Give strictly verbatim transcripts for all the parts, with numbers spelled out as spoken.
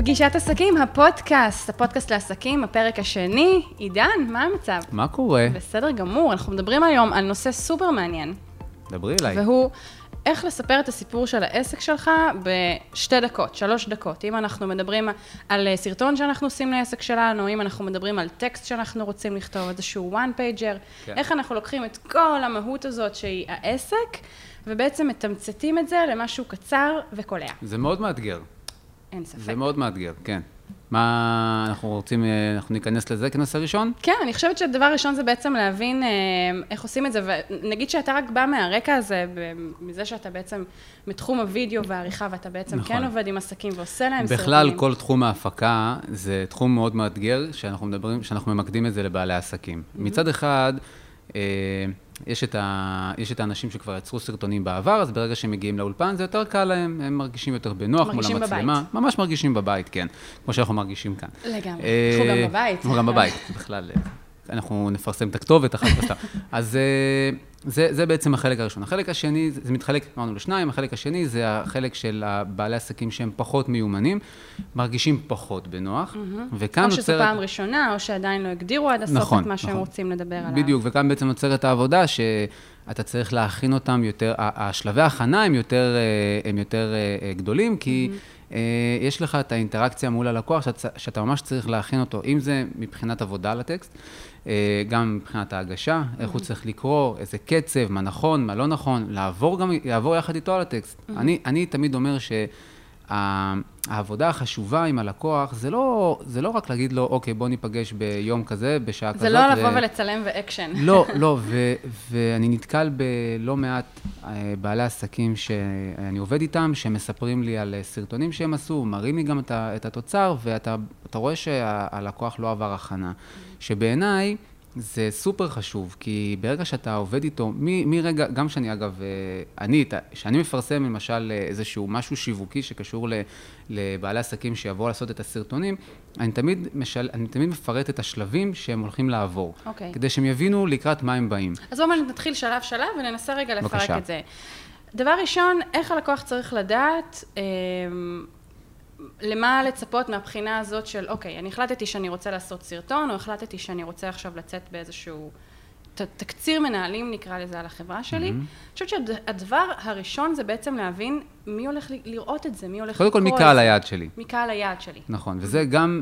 פגישת עסקים, הפודקאסט, הפודקאסט לעסקים, הפרק השני. עידן, מה המצב? מה קורה? בסדר גמור, אנחנו מדברים היום על נושא סופר מעניין. דברי אליי. והוא איך לספר את הסיפור של העסק שלך בשתי דקות, שלוש דקות. אם אנחנו מדברים על סרטון שאנחנו עושים לעסק שלנו, אם אנחנו מדברים על טקסט שאנחנו רוצים לכתוב, איזשהו one pager, כן. איך אנחנו לוקחים את כל המהות הזאת שהיא העסק, ובעצם מתמצתים את זה למשהו קצר וקולע. זה מאוד מאתגר. אין ספק. זה מאוד מאתגר, כן. מה אנחנו רוצים, אנחנו ניכנס לזה כנושא ראשון? כן, אני חושבת שהדבר ראשון זה בעצם להבין איך עושים את זה, ונגיד שאתה רק בא מהרקע הזה, מזה שאתה בעצם מתחום הוידאו והעריכה, ואתה בעצם נכון. כן עובד עם עסקים ועושה להם סרטונים. בכלל, כל תחום ההפקה זה תחום מאוד מאתגר, שאנחנו מדברים, שאנחנו ממקדים את זה לבעלי עסקים. Mm-hmm. מצד אחד, יש את, ה... יש את האנשים שכבר יצרו סרטונים בעבר, אז ברגע שהם מגיעים לאולפן, זה יותר קל להם, הם מרגישים יותר בנוח מול המצלמה. בבית. ממש מרגישים בבית, כן. כמו שאנחנו מרגישים כאן. לגמרי. אנחנו גם בבית. אנחנו גם בבית, בכלל. אנחנו נפרסם את הכתובת אחת בסתם. אז זה, זה בעצם החלק הראשון. החלק השני, זה מתחלק, אמרנו לשניים, החלק השני זה החלק של בעלי עסקים שהם פחות מיומנים, מרגישים פחות בנוח, וכאן או נוצרת... שזו פעם ראשונה, או שעדיין לא הגדירו עד הסוף נכון, את מה שהם נכון. רוצים לדבר עליו. בדיוק, וכאן בעצם נוצרת העבודה שאתה צריך להכין אותם יותר, השלבי ההכנה הם יותר, הם יותר גדולים, כי יש לך את האינטראקציה מול הלקוח, שאתה, שאתה ממש צריך להכין אותו, אם זה מבחינת עבודה על הטקסט, גם מבחינת ההגשה, איך הוא צריך לקרוא, איזה קצב, מה נכון, מה לא נכון, לעבור גם, לעבור יחד איתו על הטקסט. אני, אני תמיד אומר שהעבודה החשובה עם הלקוח, זה לא, זה לא רק להגיד לו, אוקיי, בוא ניפגש ביום כזה, בשעה כזאת. זה לא לבוא ולצלם ואקשן. לא, לא, ו, ואני נתקל בלא מעט בעלי עסקים שאני עובד איתם, שמספרים לי על סרטונים שהם עשו, מראים לי גם את התוצר, ואתה רואה שהלקוח לא עבר הכנה. שבעיניי זה סופר חשוב, כי ברגע שאתה עובד איתו, מרגע, גם שאני אגב, אני, שאני מפרסם למשל איזשהו משהו שיווקי שקשור לבעלי עסקים שיבואו לעשות את הסרטונים, אני תמיד, משל, אני תמיד מפרט את השלבים שהם הולכים לעבור, okay. כדי שהם יבינו לקראת מה הם באים. אז בואו נתחיל שלב שלב וננסה רגע לפרק בבקשה. את זה. דבר ראשון, איך הלקוח צריך לדעת למה לצפות מהבחינה הזאת של, אוקיי, אני החלטתי שאני רוצה לעשות סרטון, או החלטתי שאני רוצה עכשיו לצאת באיזשהו ת, תקציר מנהלים, נקרא לזה, על החברה שלי. Mm-hmm. אני חושבת שהדבר הראשון זה בעצם להבין מי הולך לראות את זה, מי הולך לקרוא את זה. קודם כל, מקהל היעד שלי. מקהל היעד שלי. נכון, וזה גם,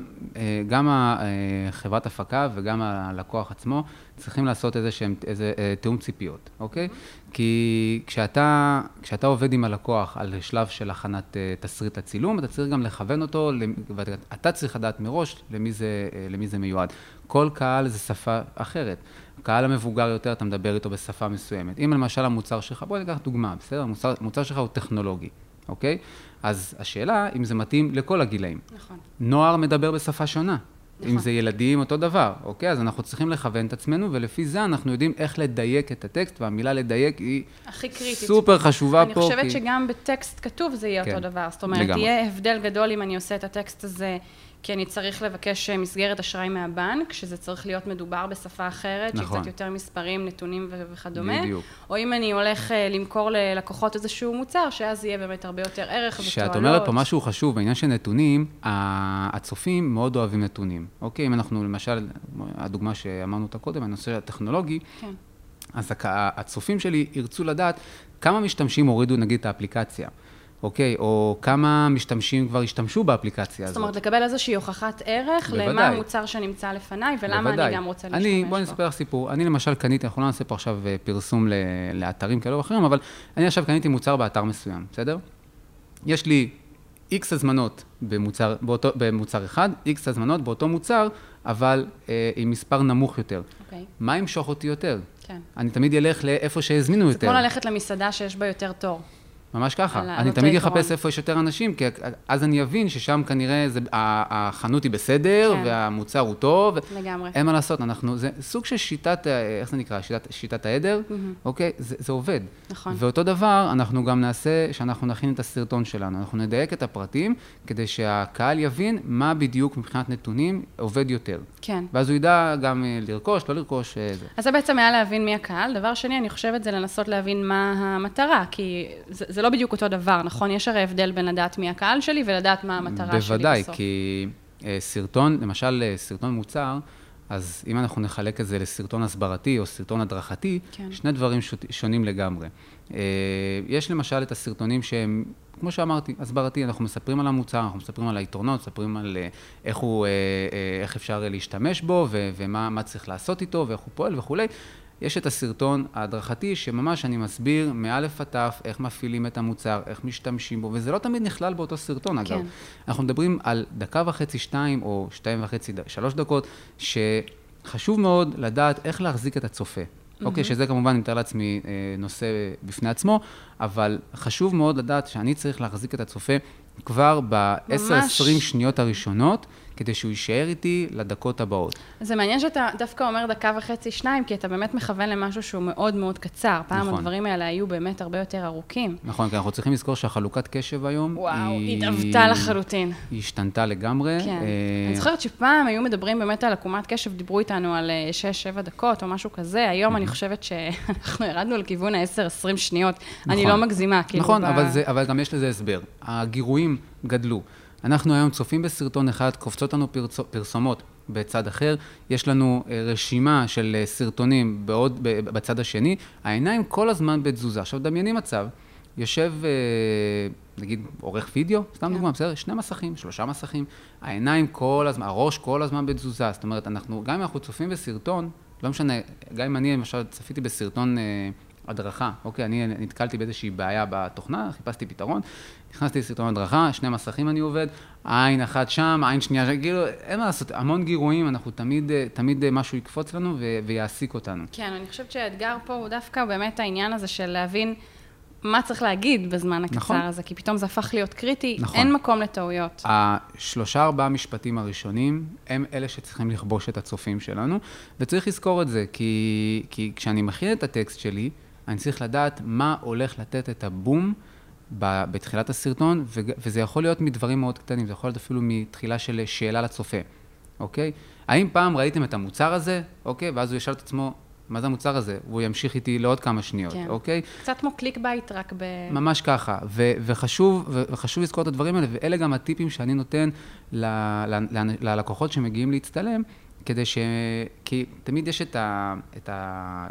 גם חברת הפקה וגם הלקוח עצמו צריכים לעשות איזה, שהם, איזה תאום ציפיות, אוקיי? Mm-hmm. כי כשאתה, כשאתה עובד עם הלקוח על שלב של הכנת תסריט הצילום, אתה צריך גם לכוון אותו, ואתה צריך לדעת מראש למי זה, למי זה מיועד. כל קהל זה שפה אחרת. קהל המבוגר יותר, אתה מדבר איתו בשפה מסוימת. אם למשל המוצר שלך, בואי ניקח דוגמה, בסדר? המוצר, המוצר שלך הוא טכנולוגי, אוקיי? אז השאלה, אם זה מתאים לכל הגילאים. נכון. נוער מדבר בשפה שונה. נכון. אם זה ילדים, אותו דבר, אוקיי? אז אנחנו צריכים לכוון את עצמנו, ולפי זה אנחנו יודעים איך לדייק את הטקסט, והמילה לדייק היא הכי קריטית. סופר חשובה אני פה. אני חושבת כי... שגם בטקסט כתוב זה יהיה כן. אותו דבר. זאת אומרת, לגמרי. יהיה הבדל גדול אם אני עושה את הטקסט הזה, כי אני צריך לבקש מסגרת אשראי מהבנק, שזה צריך להיות מדובר בשפה אחרת, נכון. שקצת יותר מספרים, נתונים ו- וכדומה. בדיוק. או אם אני הולך למכור ללקוחות איזשהו מוצר, שאז יהיה באמת הרבה יותר ערך ותועלות. שאת אומרת פה משהו חשוב, בעניין של נתונים, הצופים מאוד אוהבים נתונים. אוקיי, אם אנחנו למשל, הדוגמה שאמרנו אותה קודם, הנושא הטכנולוגי, כן. אז הצופים שלי ירצו לדעת כמה משתמשים הורידו נגיד את האפליקציה. אוקיי, או כמה משתמשים כבר השתמשו באפליקציה הזאת. זאת אומרת, לקבל איזושהי הוכחת ערך בוודאי. למה המוצר שנמצא לפניי, ולמה בוודאי. אני גם רוצה להשתמש אני, בו. בואי נספר לך סיפור. אני למשל קניתי, אנחנו לא נעשה פה עכשיו פרסום לאתרים כאלו ואחרים, אבל אני עכשיו קניתי מוצר באתר מסוים, בסדר? יש לי X הזמנות במוצר, באותו, במוצר אחד, X הזמנות באותו מוצר, אבל אה, עם מספר נמוך יותר. אוקיי. מה ימשוך אותי יותר? כן. אני תמיד ילך לאיפה שהזמינו יותר. זה כמו ללכת למסעדה שיש בה יותר תור. ממש ככה. אני תמיד אחפש איפה יש יותר אנשים, כי אז אני אבין ששם כנראה החנות היא בסדר, והמוצר הוא טוב. לגמרי. אין מה לעשות, אנחנו, זה סוג של שיטת, איך זה נקרא? שיטת העדר, אוקיי? זה עובד. נכון. ואותו דבר, אנחנו גם נעשה, שאנחנו נכין את הסרטון שלנו. אנחנו נדייק את הפרטים, כדי שהקהל יבין מה בדיוק מבחינת נתונים עובד יותר. כן. ואז הוא ידע גם לרכוש, לא לרכוש. אז זה בעצם היה להבין מי הקהל. דבר שני, אני חושבת זה לנסות להבין מה המטרה, כי זה, זה לא לא בדיוק אותו דבר, נכון? יש הרי הבדל בין לדעת מי הקהל שלי ולדעת מה המטרה שלי בסוף. בוודאי, כי סרטון, למשל סרטון מוצר, אז אם אנחנו נחלק את זה לסרטון הסברתי או סרטון הדרכתי, כן. שני דברים שונים לגמרי. יש למשל את הסרטונים שהם, כמו שאמרתי, הסברתי, אנחנו מספרים על המוצר, אנחנו מספרים על היתרונות, מספרים על איך הוא, איך אפשר להשתמש בו ומה מה צריך לעשות איתו ואיך הוא פועל וכו'. יש את הסרטון ההדרכתי שממש אני מסביר מאלף עד תף איך מפעילים את המוצר, איך משתמשים בו, וזה לא תמיד נכלל באותו סרטון אגב. כן. אנחנו מדברים על דקה וחצי, שתיים או שתיים וחצי, שלוש דקות, שחשוב מאוד לדעת איך להחזיק את הצופה. אוקיי, שזה כמובן אני מתאר לעצמי נושא בפני עצמו, אבל חשוב מאוד לדעת שאני צריך להחזיק את הצופה כבר ב-עשר עשרים שניות הראשונות, כדי שהוא יישאר איתי לדקות הבאות. זה מעניין שאתה דווקא אומר דקה וחצי, שניים, כי אתה באמת מכוון למשהו שהוא מאוד מאוד קצר. פעם נכון. הדברים האלה היו באמת הרבה יותר ארוכים. נכון, כי אנחנו צריכים לזכור שהחלוקת קשב היום וואו, היא התאבתה לחלוטין. היא השתנתה לגמרי. כן. אה... אני זוכרת שפעם היו מדברים באמת על עקומת קשב, דיברו איתנו על שש שבע דקות או משהו כזה. היום mm-hmm. אני חושבת שאנחנו ירדנו לכיוון ה-עשר עשרים שניות. נכון. אני לא מגזימה. נכון, ב... אבל, זה, אבל גם יש לזה הסבר. הגירויים גדלו. אנחנו היום צופים בסרטון אחד, קופצות לנו פרסומות בצד אחר, יש לנו רשימה של סרטונים בעוד, בצד השני, העיניים כל הזמן בתזוזה. עכשיו, דמייני מצב, יושב, נגיד, עורך וידאו, סתם דוגמה, בסדר, שני מסכים, שלושה מסכים, העיניים כל הזמן, הראש כל הזמן בתזוזה, זאת אומרת, אנחנו, גם אם אנחנו צופים בסרטון, לא משנה, גם אם אני למשל צפיתי בסרטון הדרכה, אוקיי, אני נתקלתי באיזושהי בעיה בתוכנה, חיפשתי פתרון, נכנסתי לסרטון הדרכה, שני מסכים אני עובד, עין אחת שם, עין שנייה, כאילו, אין מה לעשות, המון גירויים, אנחנו תמיד, תמיד משהו יקפוץ לנו ו- ויעסיק אותנו. כן, אני חושבת שהאתגר פה הוא דווקא באמת העניין הזה של להבין מה צריך להגיד בזמן הקצר נכון. הזה, כי פתאום זה הפך להיות קריטי, נכון. אין מקום לטעויות. השלושה ארבעה משפטים הראשונים הם אלה שצריכים לכבוש את הצופים שלנו, וצריך לזכור את זה, כי, כי כשאני מכין את הטקסט שלי, אני צריך לדעת מה הולך לתת את הבום בתחילת הסרטון, וזה יכול להיות מדברים מאוד קטנים, זה יכול להיות אפילו מתחילה של שאלה לצופה, אוקיי? האם פעם ראיתם את המוצר הזה, אוקיי? ואז הוא ישאל את עצמו, מה זה המוצר הזה? והוא ימשיך איתי לעוד כמה שניות, כן. אוקיי? קצת כמו קליק בייט, רק ב... ממש ככה, ו- וחשוב, ו- וחשוב לזכור את הדברים האלה, ואלה גם הטיפים שאני נותן ל- ל- ל- ללקוחות שמגיעים להצטלם, כדי ש... כי תמיד יש את, ה... את, ה...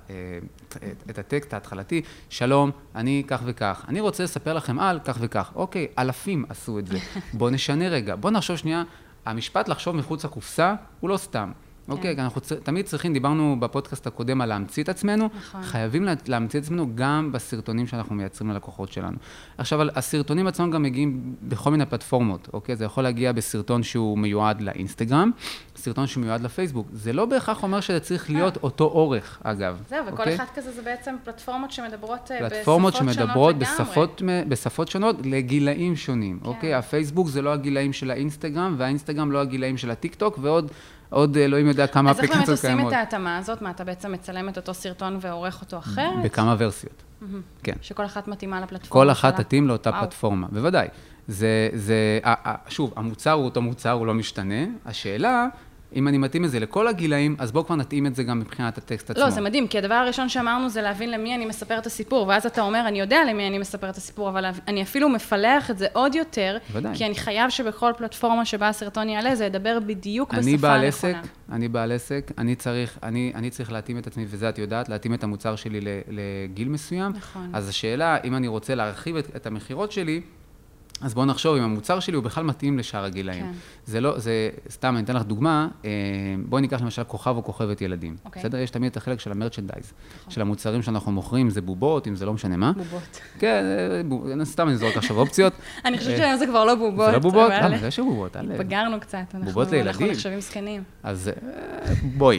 את הטקסט ההתחלתי, שלום, אני כך וכך. אני רוצה לספר לכם על כך וכך. אוקיי, אלפים עשו את זה. בואו נשנה רגע. בואו נחשוב שנייה, המשפט לחשוב מחוץ לקופסה הוא לא סתם. אוקיי, אנחנו תמיד צריכים, דיברנו בפודקאסט הקודם על להמציא את עצמנו, חייבים להמציא את עצמנו גם בסרטונים שאנחנו מייצרים ללקוחות שלנו. עכשיו, הסרטונים עצמם גם מגיעים בכל מיני פלטפורמות, אוקיי? זה יכול להגיע בסרטון שהוא מיועד לאינסטגרם, סרטון שהוא מיועד לפייסבוק. זה לא בהכרח אומר שזה צריך להיות אותו אורך, אגב. זהו, וכל אחד כזה זה בעצם פלטפורמות שמדברות בשפות שונות לגמרי. פלטפורמות שמדברות בשפות שונות לגילאים שונים, אוקיי? הפייסבוק זה לא הגילאים של האינסטגרם, והאינסטגרם לא הגילאים של הטיקטוק, ועוד עוד אלוהים יודע כמה אפליקציות קיימות. אז איך באמת עושים את ההתאמה הזאת? מה, אתה בעצם מצלם את אותו סרטון ועורך אותו אחרת? בכמה ורסיות, כן. שכל אחת מתאימה לפלטפורמה שלה? כל אחת תתאים לאותה פלטפורמה, בוודאי. זה, זה, שוב, המוצר הוא אותו מוצר, הוא לא משתנה. השאלה, אם אני מתאים את זה לכל הגילאים, אז בואו כבר נתאים את זה גם מבחינת הטקסט עצמו. לא, זה מדהים, כי הדבר הראשון שאמרנו זה להבין למי אני מספר את הסיפור, ואז אתה אומר, אני יודע למי אני מספר את הסיפור, אבל אני אפילו מפלח את זה עוד יותר, ודאי. כי אני חייב שבכל פלטפורמה שבה הסרטון יעלה, זה ידבר בדיוק בשפה הנכונה. אני בעל עסק, אני בעל עסק, אני צריך, אני, אני צריך להתאים את עצמי, וזה את יודעת, להתאים את המוצר שלי לגיל מסוים. נכון. אז השאלה, אם אני רוצה להרחיב את, את המחירות שלי, אז בואו נחשוב, אם המוצר שלי הוא בכלל מתאים לשאר הגילאים. כן. זה לא, זה, סתם, אני אתן לך דוגמה, בואי ניקח למשל כוכב או כוכבת ילדים. אוקיי. בסדר? יש תמיד את החלק של המרצ'נדייז, נכון. של המוצרים שאנחנו מוכרים, זה בובות, אם זה לא משנה מה. בובות. כן, סתם אני זורק עכשיו אופציות. אני חושבת שהיום זה כבר לא בובות. זה לא בובות? למה? זה שבובות. התבגרנו קצת, אנחנו נחשבים זקנים. אז בואי.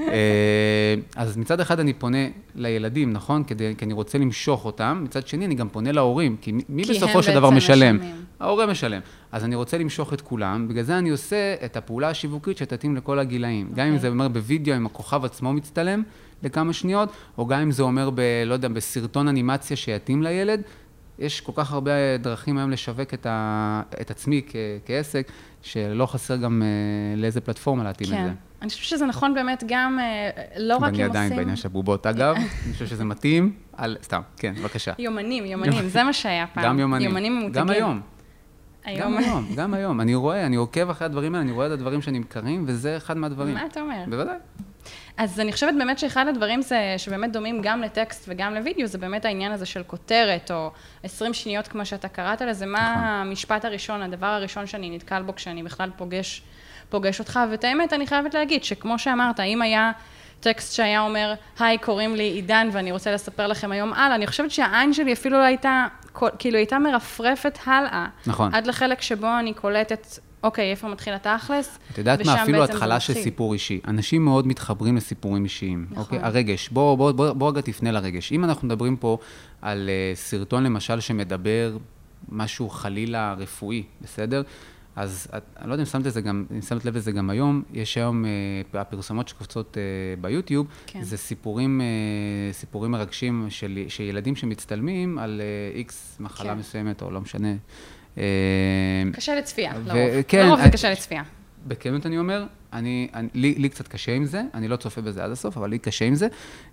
אז מצד אחד אני פונה לילדים, נכון? כי אני רוצה למשוך אותם, מצד שני אני גם פונה להורים, כי מי בסופו של דבר משלם? ההורה משלם. אז אני רוצה למשוך את כולם, בגלל זה אני עושה את הפעולה השיווקית שתתאים לכל הגילאים. גם אם זה אומר בווידאו, אם הכוכב עצמו מצטלם לכמה שניות, או גם אם זה אומר ב, לא יודע, בסרטון אנימציה שיתאים לילד, יש כל כך הרבה דרכים היום לשווק את, ה, את עצמי כ, כעסק, שלא חסר גם לאיזה פלטפורמה להתאים כן. את זה. אני חושבת שזה נכון באמת גם, לא רק אם עושים... ואני עדיין בעניין של הבובות, אגב, אני חושב שזה מתאים על... סתם, כן, בבקשה. יומנים, יומנים, זה מה שהיה פעם. גם יומנים. יומנים ממותגים. גם היום. היום. גם היום, גם היום. אני רואה, אני עוקב אחרי הדברים האלה, אני רואה את הדברים שנמכרים, וזה אחד מהדברים. מה אתה אומר? בוודאי. אז אני חושבת באמת שאחד הדברים זה, שבאמת דומים גם לטקסט וגם לוידאו, זה באמת העניין הזה של כותרת, או עשרים שניות כמו שאתה קראת לזה, מה המשפט הראשון, הדבר הראשון שאני נתקל בו כשאני בכלל פוגש, פוגש אותך, ואת האמת אני חייבת להגיד, שכמו שאמרת, אם היה טקסט שהיה אומר, היי, קוראים לי עידן, ואני רוצה לספר לכם היום הלאה, אני חושבת שהעין שלי אפילו לא הייתה, כאילו הייתה מרפרפת הלאה. נכון. עד לחלק שבו אני קולטת, אוקיי, איפה מתחיל התכלס? את יודעת מה, אפילו התחלה של סיפור אישי. אנשים מאוד מתחברים לסיפורים אישיים. נכון. אוקיי, הרגש, בוא, בוא, בוא, בוא רגע תפנה לרגש. אם אנחנו מדברים פה על uh, סרטון למשל שמדבר משהו חלילה רפואי, בסדר? אז אני לא יודע אם שמת לזה גם, אם שמת לב לזה גם היום, יש היום uh, הפרסומות שקופצות uh, ביוטיוב, כן. זה סיפורים, uh, סיפורים מרגשים של, של ילדים שמצטלמים על איקס uh, מחלה כן. מסוימת, או לא משנה. קשה לצפייה, לרוב. לרוב זה קשה לצפייה. בכנות אני אומר, אני, לי, לי קצת קשה עם זה, אני לא צופה בזה עד הסוף, אבל לי קשה עם זה.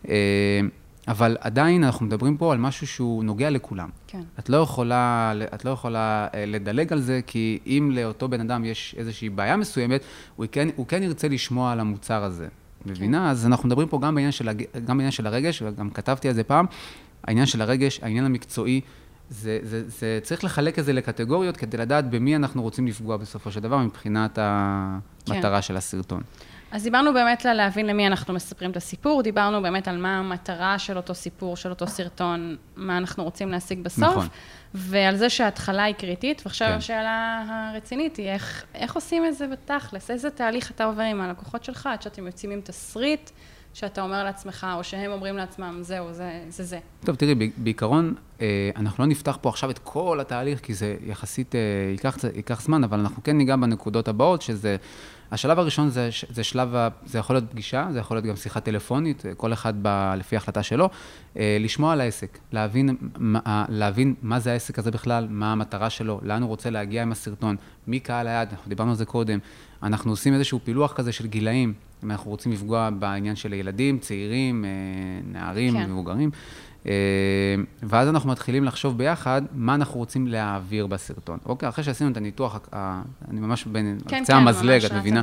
אבל עדיין אנחנו מדברים פה על משהו שהוא נוגע לכולם. כן. את לא יכולה, את לא יכולה לדלג על זה, כי אם לאותו בן אדם יש איזושהי בעיה מסוימת, הוא כן, הוא כן ירצה לשמוע על המוצר הזה. מבינה? אז אנחנו מדברים פה גם בעניין של, גם בעניין של הרגש, וגם כתבתי על זה פעם, העניין של הרגש, העניין המקצועי, זה, זה, זה צריך לחלק את זה לקטגוריות, כדי לדעת במי אנחנו רוצים לפגוע בסופו של דבר, מבחינת המטרה כן. של הסרטון. אז דיברנו באמת להבין למי אנחנו מספרים את הסיפור, דיברנו באמת על מה המטרה של אותו סיפור, של אותו סרטון, מה אנחנו רוצים להשיג בסוף, נכון. ועל זה שההתחלה היא קריטית, ועכשיו כן. השאלה הרצינית היא איך, איך עושים את זה בתכלס, איזה תהליך אתה עובר עם הלקוחות שלך, עד שאתם יוצאים עם תסריט, שאתה אומר לעצמך, או שהם אומרים לעצמם, זהו, זה, זה זה. טוב, תראי, בעיקרון, אנחנו לא נפתח פה עכשיו את כל התהליך, כי זה יחסית ייקח, ייקח זמן, אבל אנחנו כן ניגע בנקודות הבאות, שזה, השלב הראשון זה, זה שלב, זה יכול להיות פגישה, זה יכול להיות גם שיחה טלפונית, כל אחד ב, לפי ההחלטה שלו, לשמוע על העסק, להבין, להבין מה זה העסק הזה בכלל, מה המטרה שלו, לאן הוא רוצה להגיע עם הסרטון, מי קהל היעד, אנחנו דיברנו על זה קודם, אנחנו עושים איזשהו פילוח כזה של גילאים, אם אנחנו רוצים לפגוע בעניין של ילדים, צעירים, נערים, כן. מבוגרים, ואז אנחנו מתחילים לחשוב ביחד מה אנחנו רוצים להעביר בסרטון. אוקיי, אחרי שעשינו את הניתוח, אני ממש בין כן, קצה כן, המזלג, את מבינה?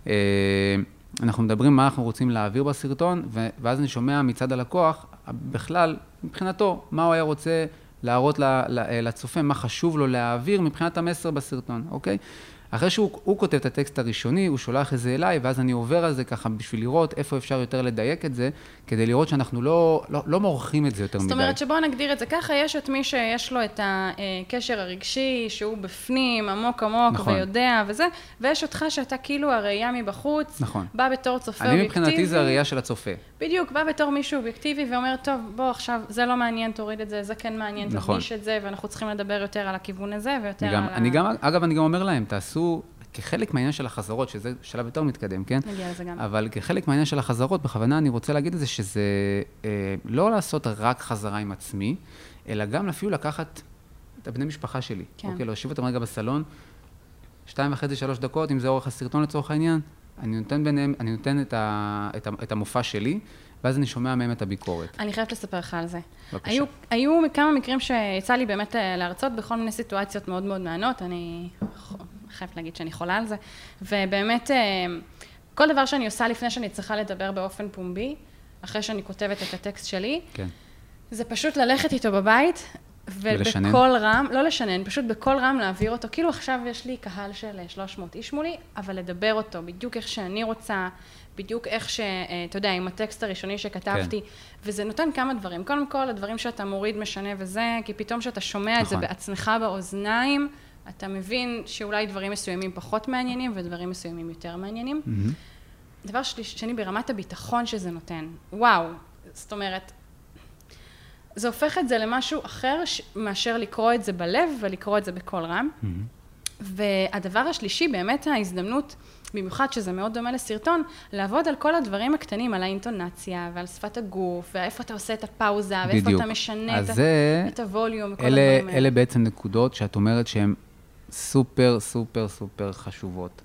אנחנו מדברים מה אנחנו רוצים להעביר בסרטון, ואז אני שומע מצד הלקוח, בכלל, מבחינתו, מה הוא היה רוצה להראות לצופה, מה חשוב לו להעביר מבחינת המסר בסרטון, אוקיי? אחרי שהוא כותב את הטקסט הראשוני, הוא שולח את זה אליי, ואז אני עובר על זה ככה בשביל לראות איפה אפשר יותר לדייק את זה, כדי לראות שאנחנו לא, לא, לא מורחים את זה יותר מדי. זאת אומרת שבואו נגדיר את זה ככה, יש את מי שיש לו את הקשר הרגשי, שהוא בפנים, עמוק עמוק, נכון. ויודע וזה, ויש אותך שאתה כאילו הראייה מבחוץ, נכון. בא בתור צופה אני אובייקטיבי. מבחינתי זה הראייה של הצופה. בדיוק, בא בתור מישהו אובייקטיבי ואומר, טוב, בוא עכשיו, זה לא מעניין, תוריד את זה, זה כן מעניין, נכון. תדגיש את זה, ואנחנו צריכים לדבר יותר על הכיוון הזה, ויותר גם, על אני גם, אגב, אני גם אומר להם, תעשו כחלק מהעניין של החזרות, שזה שלב יותר מתקדם, כן? נגיע לזה גם. אבל כחלק מהעניין של החזרות, בכוונה אני רוצה להגיד את זה, שזה אה, לא לעשות רק חזרה עם עצמי, אלא גם אפילו לקחת את הבני משפחה שלי. כן. אוקיי, להושיב אותם רגע בסלון, שתיים וחצי, שלוש דקות, אם זה אורך הסרטון לצורך העניין, אני נותן ביניהם, אני נותן את, ה, את, ה, את המופע שלי, ואז אני שומע מהם את הביקורת. אני חייבת לספר לך על זה. היו, היו כמה מקרים שיצא לי באמת להרצות בכל מיני סיטואציות מאוד מאוד מענות, אני חייבת להגיד שאני חולה על זה, ובאמת, כל דבר שאני עושה לפני שאני צריכה לדבר באופן פומבי, אחרי שאני כותבת את הטקסט שלי, כן. זה פשוט ללכת איתו בבית, ובכל רם, לא לשנן, פשוט בכל רם להעביר אותו, כאילו עכשיו יש לי קהל של שלוש מאות איש מולי, אבל לדבר אותו בדיוק איך שאני רוצה, בדיוק איך ש, אתה יודע, עם הטקסט הראשוני שכתבתי, כן. וזה נותן כמה דברים. קודם כל, הדברים שאתה מוריד משנה וזה, כי פתאום שאתה שומע נכון. את זה בעצמך באוזניים, אתה מבין שאולי דברים מסוימים פחות מעניינים, ודברים מסוימים יותר מעניינים. Mm-hmm. דבר שני, ברמת הביטחון שזה נותן. וואו, זאת אומרת, זה הופך את זה למשהו אחר מאשר לקרוא את זה בלב ולקרוא את זה בכל רם. Mm-hmm. והדבר השלישי, באמת ההזדמנות, במיוחד שזה מאוד דומה לסרטון, לעבוד על כל הדברים הקטנים, על האינטונציה ועל שפת הגוף, ואיפה אתה עושה את הפאוזה, ואיפה אתה משנה את, זה, את הווליום וכל אלה, הדברים האלה. אלה בעצם נקודות שאת אומרת שהן סופר, סופר, סופר חשובות.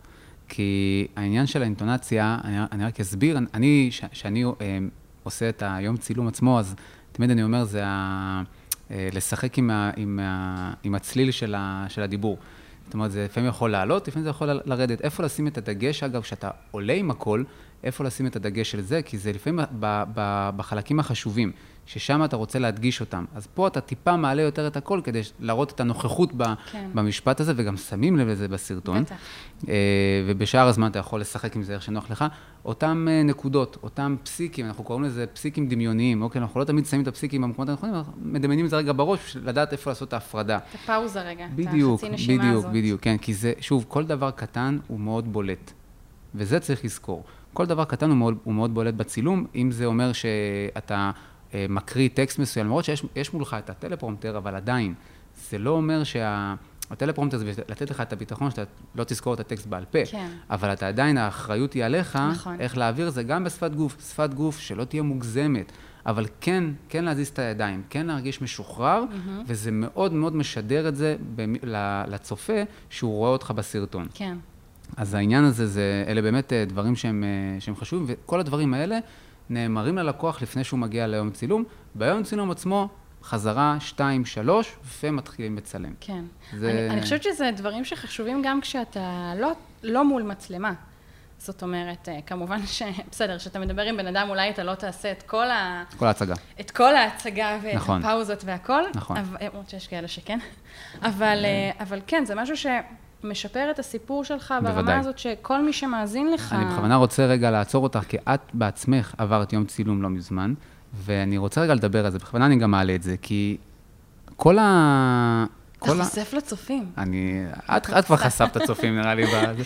כי העניין של האינטונציה, אני, אני רק אסביר, אני, ש, שאני אה, עושה את היום צילום עצמו, אז תמיד אני אומר, זה ה, אה, לשחק עם, ה, עם, ה, עם הצליל של, ה, של הדיבור. זאת אומרת, זה לפעמים יכול לעלות, לפעמים זה יכול לרדת. איפה לשים את הדגש, אגב, כשאתה עולה עם הכל, איפה לשים את הדגש של זה? כי זה לפעמים ב, ב, בחלקים החשובים, ששם אתה רוצה להדגיש אותם. אז פה אתה טיפה מעלה יותר את הכל, כדי להראות את הנוכחות ב, כן. במשפט הזה, וגם שמים לב לזה בסרטון. בטח. ובשאר הזמן אתה יכול לשחק עם זה איך שנוח לך. אותם נקודות, אותם פסיקים, אנחנו קוראים לזה פסיקים דמיוניים, אוקיי? אנחנו לא תמיד שמים את הפסיקים במקומות הנכונים, אנחנו מדמיינים את זה רגע בראש, לדעת איפה לעשות את ההפרדה. את הפאוזה רגע, בדיוק, את החצי נשימה בדיוק, הזאת. בדיוק, כן, כי זה, שוב, כל דבר קטן הוא מאוד בולט, וזה צריך לזכור. כל דבר קטן הוא מאוד, הוא מאוד בולט בצילום, אם זה אומר שאתה אה, מקריא טקסט מסוים, למרות שיש יש מולך את הטלפרומטר, אבל עדיין, זה לא אומר שה... הטלפרומטר זה לתת לך את הביטחון שאתה לא תזכור את הטקסט בעל פה, כן. אבל אתה עדיין, האחריות היא עליך, נכון. איך להעביר זה גם בשפת גוף, שפת גוף שלא תהיה מוגזמת, אבל כן, כן להזיז את הידיים, כן להרגיש משוחרר, mm-hmm. וזה מאוד מאוד משדר את זה לצופה שהוא רואה אותך בסרטון. כן. אז העניין הזה, זה, אלה באמת דברים שהם, שהם חשובים, וכל הדברים האלה נאמרים ללקוח לפני שהוא מגיע ליום צילום. ביום צילום עצמו, חזרה, שתיים, שלוש, ומתחילים לצלם. כן. זה... אני, אני חושבת שזה דברים שחשובים גם כשאתה לא, לא מול מצלמה. זאת אומרת, כמובן שבסדר, כשאתה מדבר עם בן אדם, אולי אתה לא תעשה את כל ה... כל ההצגה. את כל ההצגה ואת נכון. הפאוזות והכל. נכון. למרות שיש כאלה שכן. אבל, אבל כן, זה משהו שמשפר את הסיפור שלך ברמה בוודאי. הזאת שכל מי שמאזין לך... אני בכוונה רוצה רגע לעצור אותך, כי את בעצמך עברת יום צילום לא מזמן, ואני רוצה רגע לדבר על זה, בכוונה אני גם מעלה את זה, כי כל ה... אתה חושף לצופים. אני... את כבר חשפת לצופים, נראה לי, בזה.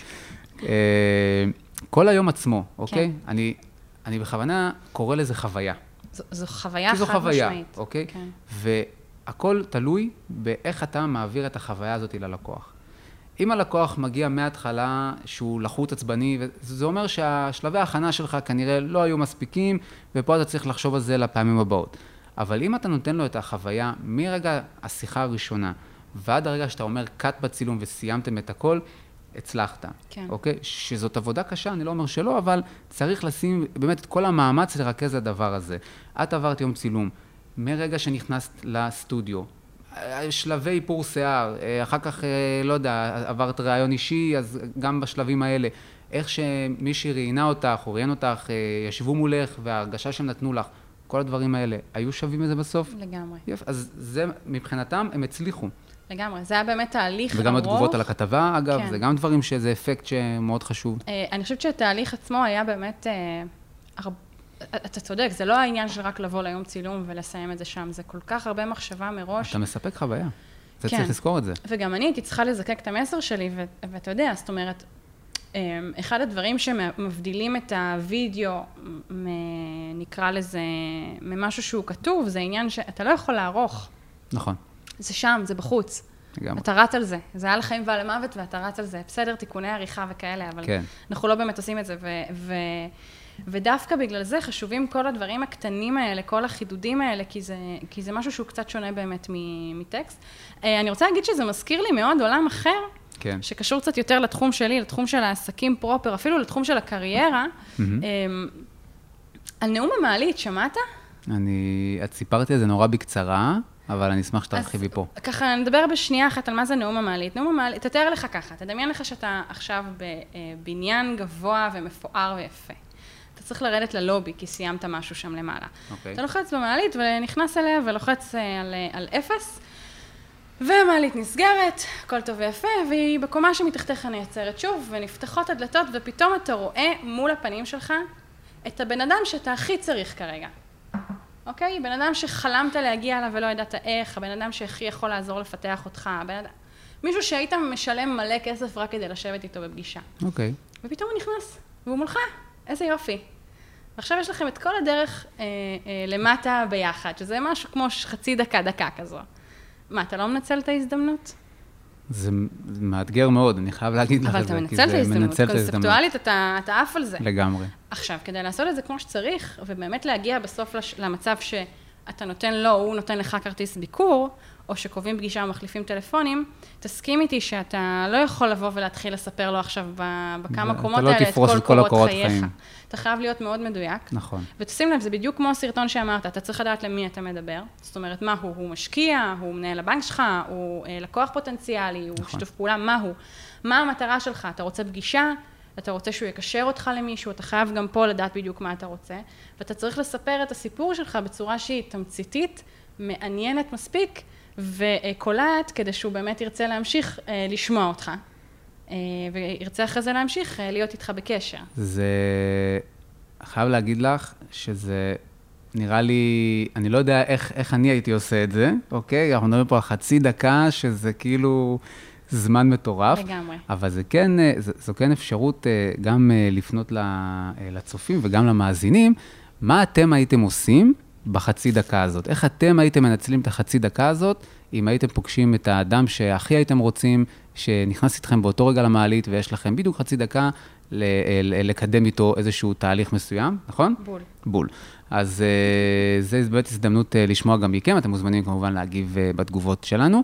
כל היום עצמו, אוקיי? אני, אני בכוונה קורא לזה חוויה. זו, זו חוויה חד חוויה, משמעית. אוקיי? כן. והכל תלוי באיך אתה מעביר את החוויה הזאת ללקוח. אם הלקוח מגיע מההתחלה שהוא לחוץ עצבני, זה אומר שהשלבי ההכנה שלך כנראה לא היו מספיקים, ופה אתה צריך לחשוב על זה לפעמים הבאות. אבל אם אתה נותן לו את החוויה מרגע השיחה הראשונה, ועד הרגע שאתה אומר קאט בצילום וסיימתם את הכל, הצלחת, כן. אוקיי? שזאת עבודה קשה, אני לא אומר שלא, אבל צריך לשים באמת את כל המאמץ לרכז לדבר הזה. את עברת יום צילום, מרגע שנכנסת לסטודיו, שלבי איפור שיער, אחר כך, לא יודע, עברת רעיון אישי, אז גם בשלבים האלה, איך שמישהי ראיינה אותך, או ראיין אותך, ישבו מולך, וההרגשה שהם נתנו לך, כל הדברים האלה, היו שווים לזה בסוף? לגמרי. יפה, אז זה, מבחינתם, הם הצליחו. לגמרי, זה היה באמת תהליך ארוך. וגם התגובות על הכתבה, אגב, כן. זה גם דברים שזה אפקט שמאוד חשוב. אני חושבת שהתהליך עצמו היה באמת, אתה צודק, זה לא העניין של רק לבוא ליום צילום ולסיים את זה שם, זה כל כך הרבה מחשבה מראש. אתה מספק חוויה, זה צריך לזכור את זה. וגם אני הייתי צריכה לזקק את המסר שלי, ואתה יודע, זאת אומרת, אחד הדברים שמבדילים את הוידאו, נקרא לזה, ממשהו שהוא כתוב, זה עניין שאתה לא יכול לערוך. נכון. זה שם, זה בחוץ. לגמרי. אתה רץ על זה. זה היה לחיים ועל המוות ואתה רץ על זה. בסדר, תיקוני עריכה וכאלה, אבל כן. אנחנו לא באמת עושים את זה. ו- ו- ודווקא בגלל זה חשובים כל הדברים הקטנים האלה, כל החידודים האלה, כי זה, כי זה משהו שהוא קצת שונה באמת מטקסט. אני רוצה להגיד שזה מזכיר לי מאוד עולם אחר, כן. שקשור קצת יותר לתחום שלי, לתחום של העסקים פרופר, אפילו לתחום של הקריירה. Mm-hmm. על נאום המעלית, שמעת? אני, את סיפרתי על זה נורא בקצרה, אבל אני אשמח שתרחיבי פה. ככה, נדבר בשנייה אחת על מה זה נאום המעלית. נאום המעלית, תתאר לך ככה, תדמיין לך שאתה עכשיו בבניין גבוה ומפואר ויפה. אתה צריך לרדת ללובי, כי סיימת משהו שם למעלה. Okay. אתה לוחץ במעלית ונכנס אליה ולוחץ על, על אפס, והמעלית נסגרת, הכל טוב ויפה, והיא בקומה שמתחתיך נעצרת שוב, ונפתחות הדלתות, ופתאום אתה רואה מול הפנים שלך את הבן אדם שאתה הכי צריך כרגע. אוקיי? בן אדם שחלמת להגיע אליו ולא ידעת איך, הבן אדם שהכי יכול לעזור לפתח אותך, הבן אדם... מישהו שהיית משלם מלא כסף רק כדי לשבת איתו בפגישה. אוקיי. ופתאום הוא נכנס, והוא מולך, איזה יופי. ועכשיו יש לכם את כל הדרך אה, אה, למטה ביחד, שזה משהו כמו חצי דקה, דקה כזו. מה, אתה לא מנצל את ההזדמנות? זה מאתגר מאוד, אני חייב להגיד לך את זה. אבל אתה מנצל את ההזדמנות, קונספטואלית אתה, אתה עף על זה. לגמרי. עכשיו, כדי לעשות את זה כמו שצריך, ובאמת להגיע בסוף למצב שאתה נותן לו, הוא נותן לך כרטיס ביקור, או שקובעים פגישה ומחליפים טלפונים, תסכים איתי שאתה לא יכול לבוא ולהתחיל לספר לו עכשיו בכמה קומות האלה את כל קורות חייך. אתה חייב להיות מאוד מדויק. נכון. ותשים לב, זה בדיוק כמו הסרטון שאמרת, אתה צריך לדעת למי אתה מדבר. זאת אומרת, מה הוא? הוא משקיע, הוא מנהל הבנק שלך, הוא לקוח פוטנציאלי, הוא שיתוף פעולה, מה הוא? מה המטרה שלך? אתה רוצה פגישה? אתה רוצה שהוא יקשר אותך למישהו, אתה חייב גם פה לדעת בדיוק מה אתה רוצה, ואתה צריך לספר את הסיפור שלך בצורה שהיא תמציתית, מעניינת מספיק, וקולעת כדי שהוא באמת ירצה להמשיך לשמוע אותך, וירצה אחרי זה להמשיך להיות איתך בקשר. זה, חייב להגיד לך שזה נראה לי, אני לא יודע איך, איך אני הייתי עושה את זה, אוקיי? אנחנו מדברים פה על חצי דקה, שזה כאילו זמן מטורף. לגמרי. אבל זה כן, זו, זו כן אפשרות גם לפנות לצופים וגם למאזינים, מה אתם הייתם עושים בחצי דקה הזאת? איך אתם הייתם מנצלים את החצי דקה הזאת, אם הייתם פוגשים את האדם שהכי הייתם רוצים, שנכנס איתכם באותו רגע למעלית, ויש לכם בדיוק חצי דקה לקדם איתו איזשהו תהליך מסוים, נכון? בול. בול. אז זו באמת הזדמנות לשמוע גם מכם, אתם מוזמנים כמובן להגיב בתגובות שלנו,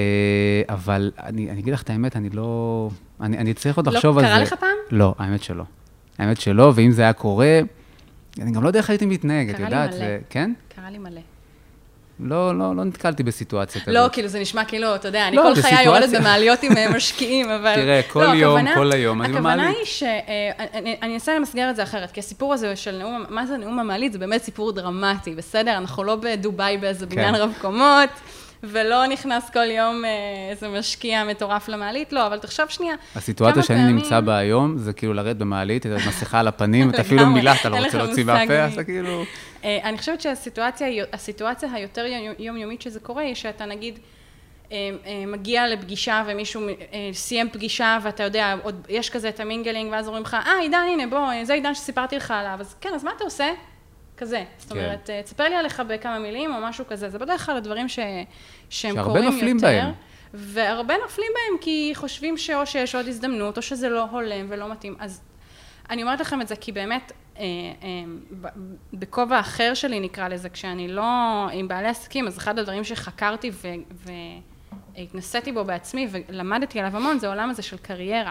אבל אני, אני אגיד לך את האמת, אני לא, אני, אני צריך עוד לחשוב על זה. לא קרה לך פעם? לא, האמת שלא. האמת שלא, ואם זה היה קורה, אני גם לא יודע איך הייתי מתנהג, את יודעת, קרה לי מלא. כן? קרה לי מלא. לא, לא, לא נתקלתי בסיטואציה כזאת. לא, כאילו זה נשמע כאילו, אתה יודע, אני כל חיי יורדת במעליות עם משקיעים, אבל... תראה, כל יום, כל היום, אני במעלית. הכוונה היא שאני אנסה למסגר את זה אחרת, כי הסיפור הזה של נאום, מה זה נאום המעלית? זה באמת סיפור דרמטי, בסדר? אנחנו לא בדוביי באיזה בניין רב קומות, ולא נכנס כל יום איזה משקיע מטורף למעלית, לא, אבל תחשוב שנייה. הסיטואציה שאני נמצא בה היום, זה כאילו לרדת במעלית, את מסכה על הפנים, אתה אפילו מילה, אתה לא רוצה להוציא מהפה, אז כאילו... אני חושבת שהסיטואציה היותר יומיומית שזה קורה, היא שאתה נגיד מגיע לפגישה ומישהו סיים פגישה, ואתה יודע, עוד יש כזה את המינגלינג, ואז אומרים לך, אה, עידן, הנה, בוא, זה עידן שסיפרתי לך עליו, אז כן, אז מה אתה עושה? כזה. זאת אומרת, תספר לי עליך בכמה מילים או משהו כזה. זה בדרך כלל הדברים שהם קורים יותר. והרבה נופלים בהם כי חושבים שאו שיש עוד הזדמנות, או שזה לא הולם ולא מתאים. אז אני אומרת לכם את זה כי באמת, בכובע אחר שלי נקרא לזה, כשאני לא עם בעלי עסקים, אז אחד הדברים שחקרתי והתנסיתי בו בעצמי ולמדתי עליו המון, זה העולם הזה של קריירה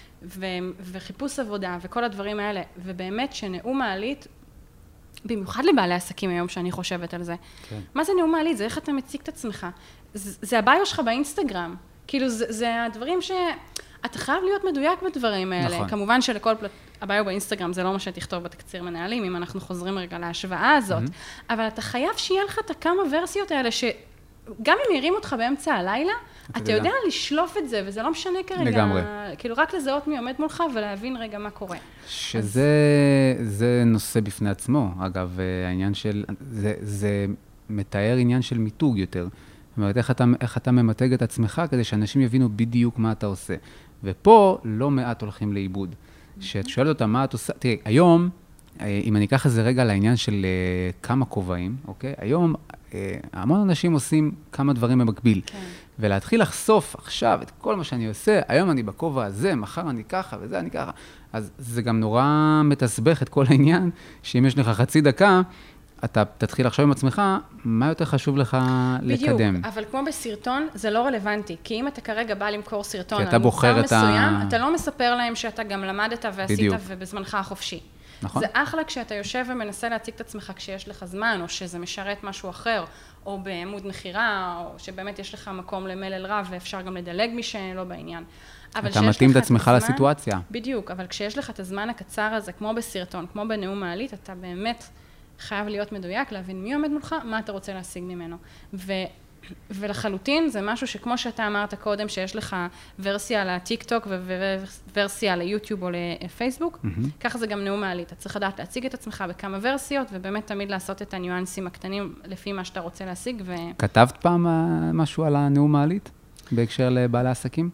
וחיפוש עבודה וכל הדברים האלה. ובאמת שנאום מעלית, במיוחד לבעלי עסקים היום שאני חושבת על זה. כן. מה זה נאום מעלית? זה איך אתה מציג את עצמך. זה, זה הביו שלך באינסטגרם. כאילו, זה, זה הדברים ש... אתה חייב להיות מדויק בדברים האלה. נכון. כמובן שלכל פלט... הביו באינסטגרם זה לא מה שתכתוב בתקציר מנהלים, אם אנחנו חוזרים רגע להשוואה הזאת. Mm-hmm. אבל אתה חייב שיהיה לך את הכמה ורסיות האלה, שגם אם ירים אותך באמצע הלילה, אתה, אתה יודע לשלוף את זה, וזה לא משנה כרגע. לגמרי. כאילו, רק לזהות מי עומד מולך ולהבין רגע מה קורה. שזה אז... זה נושא בפני עצמו. אגב, העניין של... זה, זה מתאר עניין של מיתוג יותר. זאת אומרת, איך אתה, איך אתה ממתג את עצמך, כדי שאנשים יבינו בדיוק מה אתה עושה. ופה לא מעט הולכים לאיבוד. שאת שואלת אותה מה את עושה... תראי, היום, אם אני אקח את זה רגע לעניין של כמה כובעים, אוקיי? היום, המון אנשים עושים כמה דברים במקביל. כן. ולהתחיל לחשוף עכשיו את כל מה שאני עושה, היום אני בכובע הזה, מחר אני ככה וזה אני ככה. אז זה גם נורא מתסבך את כל העניין, שאם יש לך חצי דקה, אתה תתחיל לחשוב עם עצמך, מה יותר חשוב לך בדיוק, לקדם. בדיוק, אבל כמו בסרטון, זה לא רלוונטי, כי אם אתה כרגע בא למכור סרטון על מוצר מסוים, ה... אתה לא מספר להם שאתה גם למדת ועשית בדיוק. ובזמנך החופשי. נכון. זה אחלה כשאתה יושב ומנסה להציג את עצמך כשיש לך זמן, או שזה משרת משהו אחר, או בעמוד מחירה, או שבאמת יש לך מקום למלל רב, ואפשר גם לדלג מי שלא בעניין. אתה מתאים את עצמך לסיטואציה. בדיוק, אבל כשיש לך את הזמן הקצר הזה, כמו בסרטון, כמו בנאום מעלית, אתה באמת חייב להיות מדויק, להבין מי עומד מולך, מה אתה רוצה להשיג ממנו. ו... ולחלוטין זה משהו שכמו שאתה אמרת קודם, שיש לך ורסיה לטיק-טוק וורסיה ליוטיוב או לפייסבוק, mm-hmm. ככה זה גם נאום מעלית. אתה צריך לדעת להציג את עצמך בכמה ורסיות, ובאמת תמיד לעשות את הניואנסים הקטנים לפי מה שאתה רוצה להשיג. ו... כתבת פעם משהו על הנאום מעלית, בהקשר לבעלי עסקים?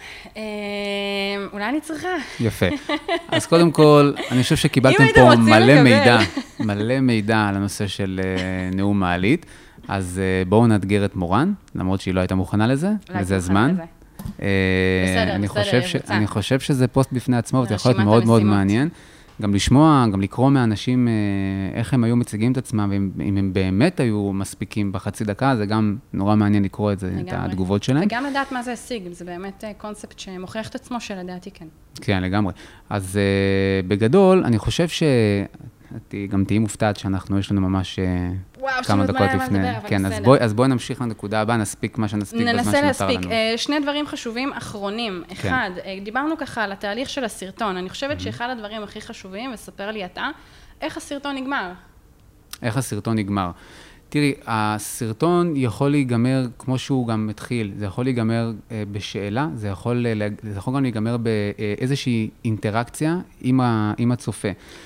אולי אני צריכה. יפה. אז קודם כל, אני חושב שקיבלתם פה מלא מידע, מלא מידע על הנושא של נאום מעלית. אז בואו נאתגר את מורן, למרות שהיא לא הייתה מוכנה לזה, וזה הזמן. בסדר, בסדר, אני חושב שזה פוסט בפני עצמו, וזה יכול להיות מאוד מאוד מעניין. גם לשמוע, גם לקרוא מאנשים איך הם היו מציגים את עצמם, ואם הם באמת היו מספיקים בחצי דקה, זה גם נורא מעניין לקרוא את זה, את התגובות שלהם. וגם לדעת מה זה השיג, זה באמת קונספט שמוכיח את עצמו שלדעתי כן. כן, לגמרי. אז בגדול, אני חושב ש... גם תהיי מופתעת שאנחנו, יש לנו ממש כמה דקות לפני. כן, אז בואי נמשיך לנקודה הבאה, נספיק מה שנספיק בזמן שנותר לנו. ננסה להספיק. שני דברים חשובים אחרונים. אחד, דיברנו ככה על התהליך של הסרטון. אני חושבת שאחד הדברים הכי חשובים, וספר לי אתה, איך הסרטון נגמר? איך הסרטון נגמר? תראי, הסרטון יכול להיגמר כמו שהוא גם מתחיל. זה יכול להיגמר בשאלה, זה יכול, זה יכול גם להיגמר באיזושהי אינטראקציה עם הצופה.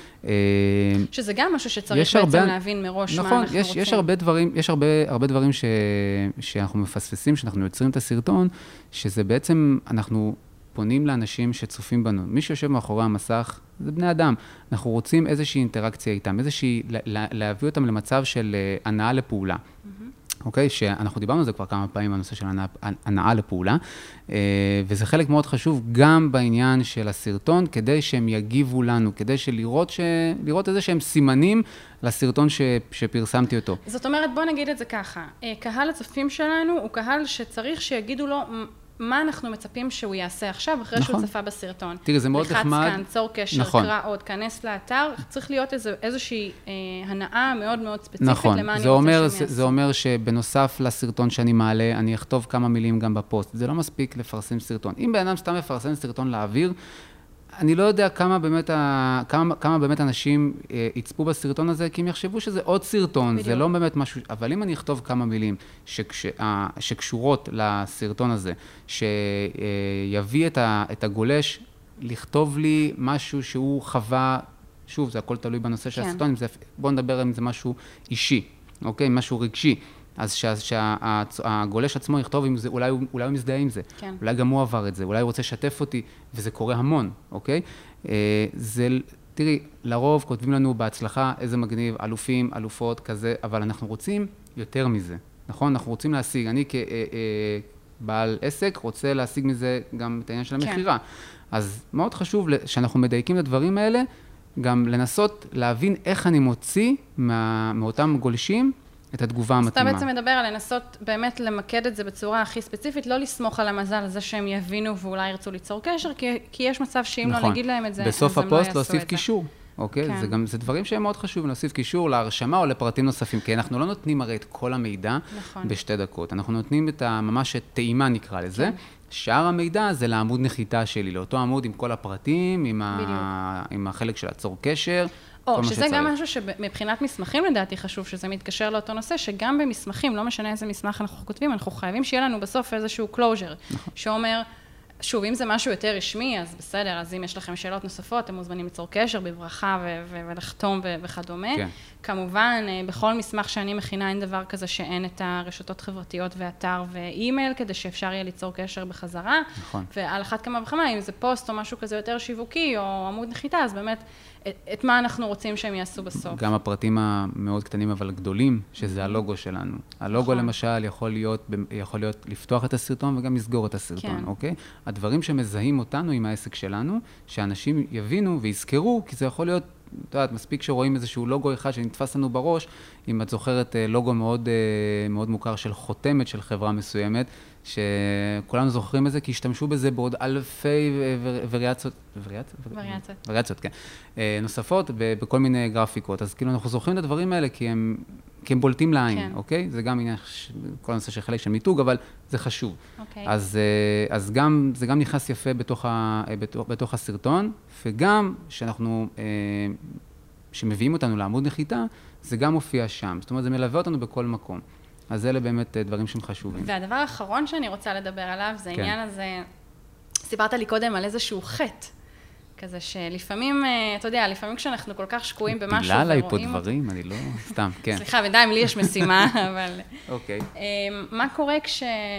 שזה גם משהו שצריך בעצם להבין מראש מה אנחנו רוצים. יש הרבה דברים, יש הרבה, הרבה דברים ש, שאנחנו מפספסים, שאנחנו יוצרים את הסרטון, שזה בעצם, אנחנו פונים לאנשים שצופים בנו. מי שיושב מאחורי המסך, זה בני אדם. אנחנו רוצים איזושהי אינטראקציה איתם, איזושהי, להביא אותם למצב של הנאה לפעולה. אוקיי? שאנחנו דיברנו על זה כבר כמה פעמים, הנושא של הנאה לפעולה, וזה חלק מאוד חשוב גם בעניין של הסרטון, כדי שהם יגיבו לנו, כדי שלראות ש... לראות איזה שהם סימנים לסרטון ש... שפרסמתי אותו. זאת אומרת, בוא נגיד את זה ככה, קהל הצופים שלנו הוא קהל שצריך שיגידו לו מה אנחנו מצפים שהוא יעשה עכשיו, אחרי נכון. שהוא צפה בסרטון. תראי, זה מאוד נחמד. לחץ כאן, צור קשר, נכון. קרא עוד, כנס לאתר, צריך להיות איזו, איזושהי אה, הנאה מאוד מאוד ספציפית נכון. למה אני זה רוצה אומר, שהם יעשו. זה אומר שבנוסף לסרטון שאני מעלה, אני אכתוב כמה מילים גם בפוסט. זה לא מספיק לפרסם סרטון. אם בן אדם סתם מפרסם סרטון לאוויר, אני לא יודע כמה באמת, כמה, כמה באמת אנשים יצפו בסרטון הזה, כי הם יחשבו שזה עוד סרטון, בדיוק. זה לא באמת משהו, אבל אם אני אכתוב כמה מילים שקש, שקשורות לסרטון הזה, שיביא את, ה, את הגולש, לכתוב לי משהו שהוא חווה, שוב, זה הכל תלוי בנושא של הסרטון, כן. בואו נדבר אם זה משהו אישי, אוקיי? משהו רגשי. אז שהגולש עצמו יכתוב עם זה, אולי הוא, אולי הוא מזדהה עם זה, כן. אולי גם הוא עבר את זה, אולי הוא רוצה לשתף אותי, וזה קורה המון, אוקיי? זה, תראי, לרוב כותבים לנו בהצלחה איזה מגניב, אלופים, אלופות, כזה, אבל אנחנו רוצים יותר מזה, נכון? אנחנו רוצים להשיג, אני כבעל עסק רוצה להשיג מזה גם את העניין של המחירה. כן. אז מאוד חשוב שאנחנו מדייקים את הדברים האלה, גם לנסות להבין איך אני מוציא מה, מאותם גולשים, את התגובה המתאימה. אתה בעצם מדבר על לנסות באמת למקד את זה בצורה הכי ספציפית, לא לסמוך על המזל, על זה שהם יבינו ואולי ירצו ליצור קשר, כי, כי יש מצב שאם נכון. לא נגיד להם את זה, בסוף הפוסט להוסיף קישור, אוקיי? כן. זה גם, זה דברים שהם מאוד חשובים, להוסיף קישור להרשמה או לפרטים נוספים, כי אנחנו לא נותנים הרי את כל המידע נכון. בשתי דקות, אנחנו נותנים את ממש טעימה נקרא לזה, כן. שאר המידע זה לעמוד נחיתה שלי, לאותו עמוד עם כל הפרטים, עם, ה... עם החלק של הצור קשר, או, שזה גם משהו שמבחינת מסמכים לדעתי חשוב, שזה מתקשר לאותו נושא, שגם במסמכים, לא משנה איזה מסמך אנחנו כותבים, אנחנו חייבים שיהיה לנו בסוף איזשהו closure, שאומר, שוב, אם זה משהו יותר רשמי, אז בסדר, אז אם יש לכם שאלות נוספות, אתם מוזמנים ליצור קשר בברכה ולחתום וכדומה. כן. כמובן, בכל מסמך שאני מכינה אין דבר כזה שאין את הרשתות חברתיות ואתר ואימייל, כדי שאפשר יהיה ליצור קשר בחזרה. נכון. ועל אחת כמה וכמה, אם זה פוסט או משהו כזה יותר שיווקי או עמוד נחיתה, אז באמת, את, את מה אנחנו רוצים שהם יעשו בסוף. גם הפרטים המאוד קטנים אבל גדולים, שזה הלוגו שלנו. הלוגו נכון. למשל יכול להיות, יכול להיות לפתוח את הסרטון וגם לסגור את הסרטון, כן. אוקיי? הדברים שמזהים אותנו עם העסק שלנו, שאנשים יבינו ויזכרו, כי זה יכול להיות, אתה יודעת, מספיק שרואים איזשהו לוגו אחד שנתפס לנו בראש, אם את זוכרת לוגו מאוד, מאוד מוכר של חותמת של חברה מסוימת, שכולנו זוכרים את זה, כי השתמשו בזה בעוד אלפי וריאציות, וריאציות? וריאציות. וריאציות, כן. נוספות בכל מיני גרפיקות. אז כאילו אנחנו זוכרים את הדברים האלה, כי הם, כי הם בולטים לעין, כן. אוקיי? זה גם עניין, כל הנושא של חלק של מיתוג, אבל זה חשוב. אוקיי. אז, אז גם, זה גם נכנס יפה בתוך, ה, בתוך, בתוך הסרטון, וגם שאנחנו, שמביאים אותנו לעמוד נחיתה, זה גם מופיע שם. זאת אומרת, זה מלווה אותנו בכל מקום. אז אלה באמת דברים שהם חשובים. והדבר האחרון שאני רוצה לדבר עליו, זה כן. העניין הזה, סיפרת לי קודם על איזשהו חטא, כזה שלפעמים, אתה יודע, לפעמים כשאנחנו כל כך שקועים במשהו ורואים... פילה עליי פה דברים, אני לא... סתם, כן. סליחה, בינתיים לי יש משימה, אבל... אוקיי. מה קורה כש...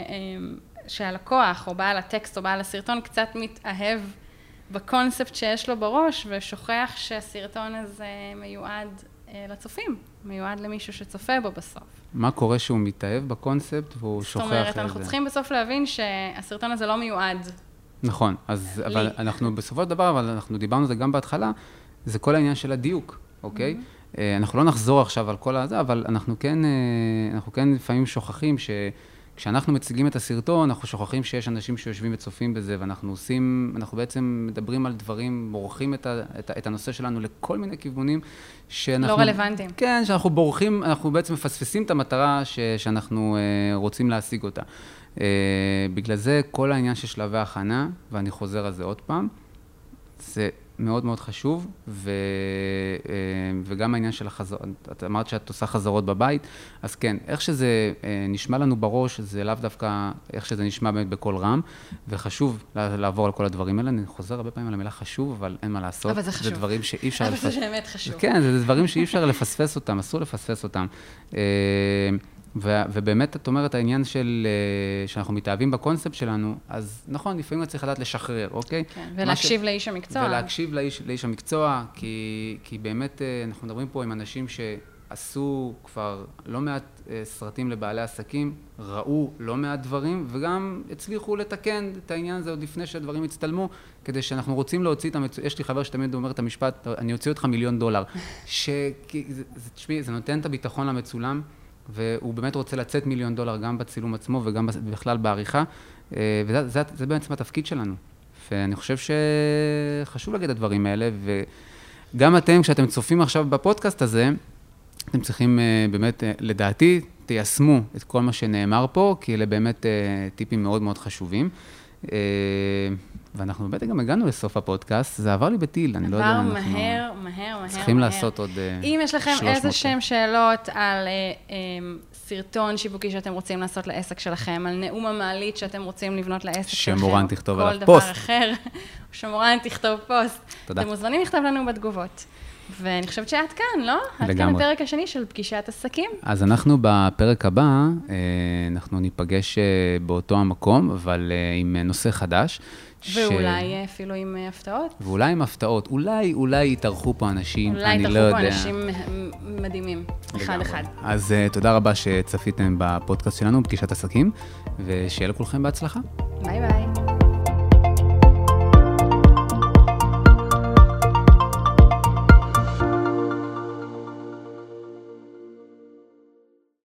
שהלקוח, או בעל הטקסט, או בעל הסרטון, קצת מתאהב בקונספט שיש לו בראש, ושוכח שהסרטון הזה מיועד לצופים, מיועד למישהו שצופה בו בסוף. מה קורה שהוא מתאהב בקונספט והוא שוכח את זה? זאת אומרת, אנחנו צריכים בסוף להבין שהסרטון הזה לא מיועד. נכון, אז אבל אנחנו בסופו של דבר, אבל אנחנו דיברנו על זה גם בהתחלה, זה כל העניין של הדיוק, אוקיי? Mm-hmm. אנחנו לא נחזור עכשיו על כל הזה, אבל אנחנו כן, אנחנו כן לפעמים שוכחים ש... כשאנחנו מציגים את הסרטון, אנחנו שוכחים שיש אנשים שיושבים וצופים בזה, ואנחנו עושים, אנחנו בעצם מדברים על דברים, בורחים את, ה, את, את הנושא שלנו לכל מיני כיוונים שאנחנו... לא רלוונטיים. כן, שאנחנו בורחים, אנחנו בעצם מפספסים את המטרה ש, שאנחנו uh, רוצים להשיג אותה. Uh, בגלל זה, כל העניין של שלבי ההכנה, ואני חוזר על זה עוד פעם, זה מאוד מאוד חשוב, ו, וגם העניין של החזרות, את אמרת שאת עושה חזרות בבית, אז כן, איך שזה נשמע לנו בראש, זה לאו דווקא איך שזה נשמע באמת בכל רם, וחשוב לעבור על כל הדברים האלה. אני חוזר הרבה פעמים על המילה חשוב, אבל אין מה לעשות. אבל זה חשוב. זה דברים שאי אפשר לפספס. אבל זה באמת חשוב. כן, זה דברים שאי אפשר לפספס אותם, אסור לפספס אותם. ו- ובאמת, את אומרת, העניין של, שאנחנו מתאהבים בקונספט שלנו, אז נכון, לפעמים את צריך לדעת לשחרר, אוקיי? כן, ולהקשיב ש... לאיש המקצוע. ולהקשיב לאיש, לאיש המקצוע, כי, כי באמת אנחנו מדברים פה עם אנשים שעשו כבר לא מעט סרטים לבעלי עסקים, ראו לא מעט דברים, וגם הצליחו לתקן את העניין הזה עוד לפני שהדברים הצטלמו, כדי שאנחנו רוצים להוציא את המצוא... יש לי חבר שתמיד אומר את המשפט, אני אוציא אותך מיליון דולר. ש... זה, זה, תשמעי, זה נותן את הביטחון למצולם, והוא באמת רוצה לצאת מיליון דולר גם בצילום עצמו וגם בכלל בעריכה, וזה זה, זה בעצם התפקיד שלנו. ואני חושב שחשוב להגיד את הדברים האלה, וגם אתם, כשאתם צופים עכשיו בפודקאסט הזה, אתם צריכים באמת, לדעתי, תיישמו את כל מה שנאמר פה, כי אלה באמת טיפים מאוד מאוד חשובים. ואנחנו באמת גם הגענו לסוף הפודקאסט, זה עבר לי בטיל, אני לא יודע, אנחנו... עבר מהר, מהר, מהר. צריכים לעשות עוד שלוש מאות. אם יש לכם איזה שהם שאלות על סרטון שיווקי שאתם רוצים לעשות לעסק שלכם, על נאום המעלית שאתם רוצים לבנות לעסק שלכם, שמורן תכתוב עליו פוסט. כל דבר אחר, שמורן תכתוב פוסט. תודה. אתם מוזמנים לכתוב לנו בתגובות. ואני חושבת שאת כאן, לא? לגמרי. את כאן בפרק השני של פגישת עסקים. אז אנחנו בפרק הבא, אנחנו ניפגש באותו המקום, אבל עם נושא חדש. ואולי ש... אפילו עם הפתעות. ואולי עם הפתעות. אולי, אולי יתארחו פה אנשים, אולי אני לא יודע. אולי יתארחו פה אנשים מדהימים, אחד אחד. אז תודה רבה שצפיתם בפודקאסט שלנו, פגישת עסקים, ושיהיה לכולכם בהצלחה. ביי ביי.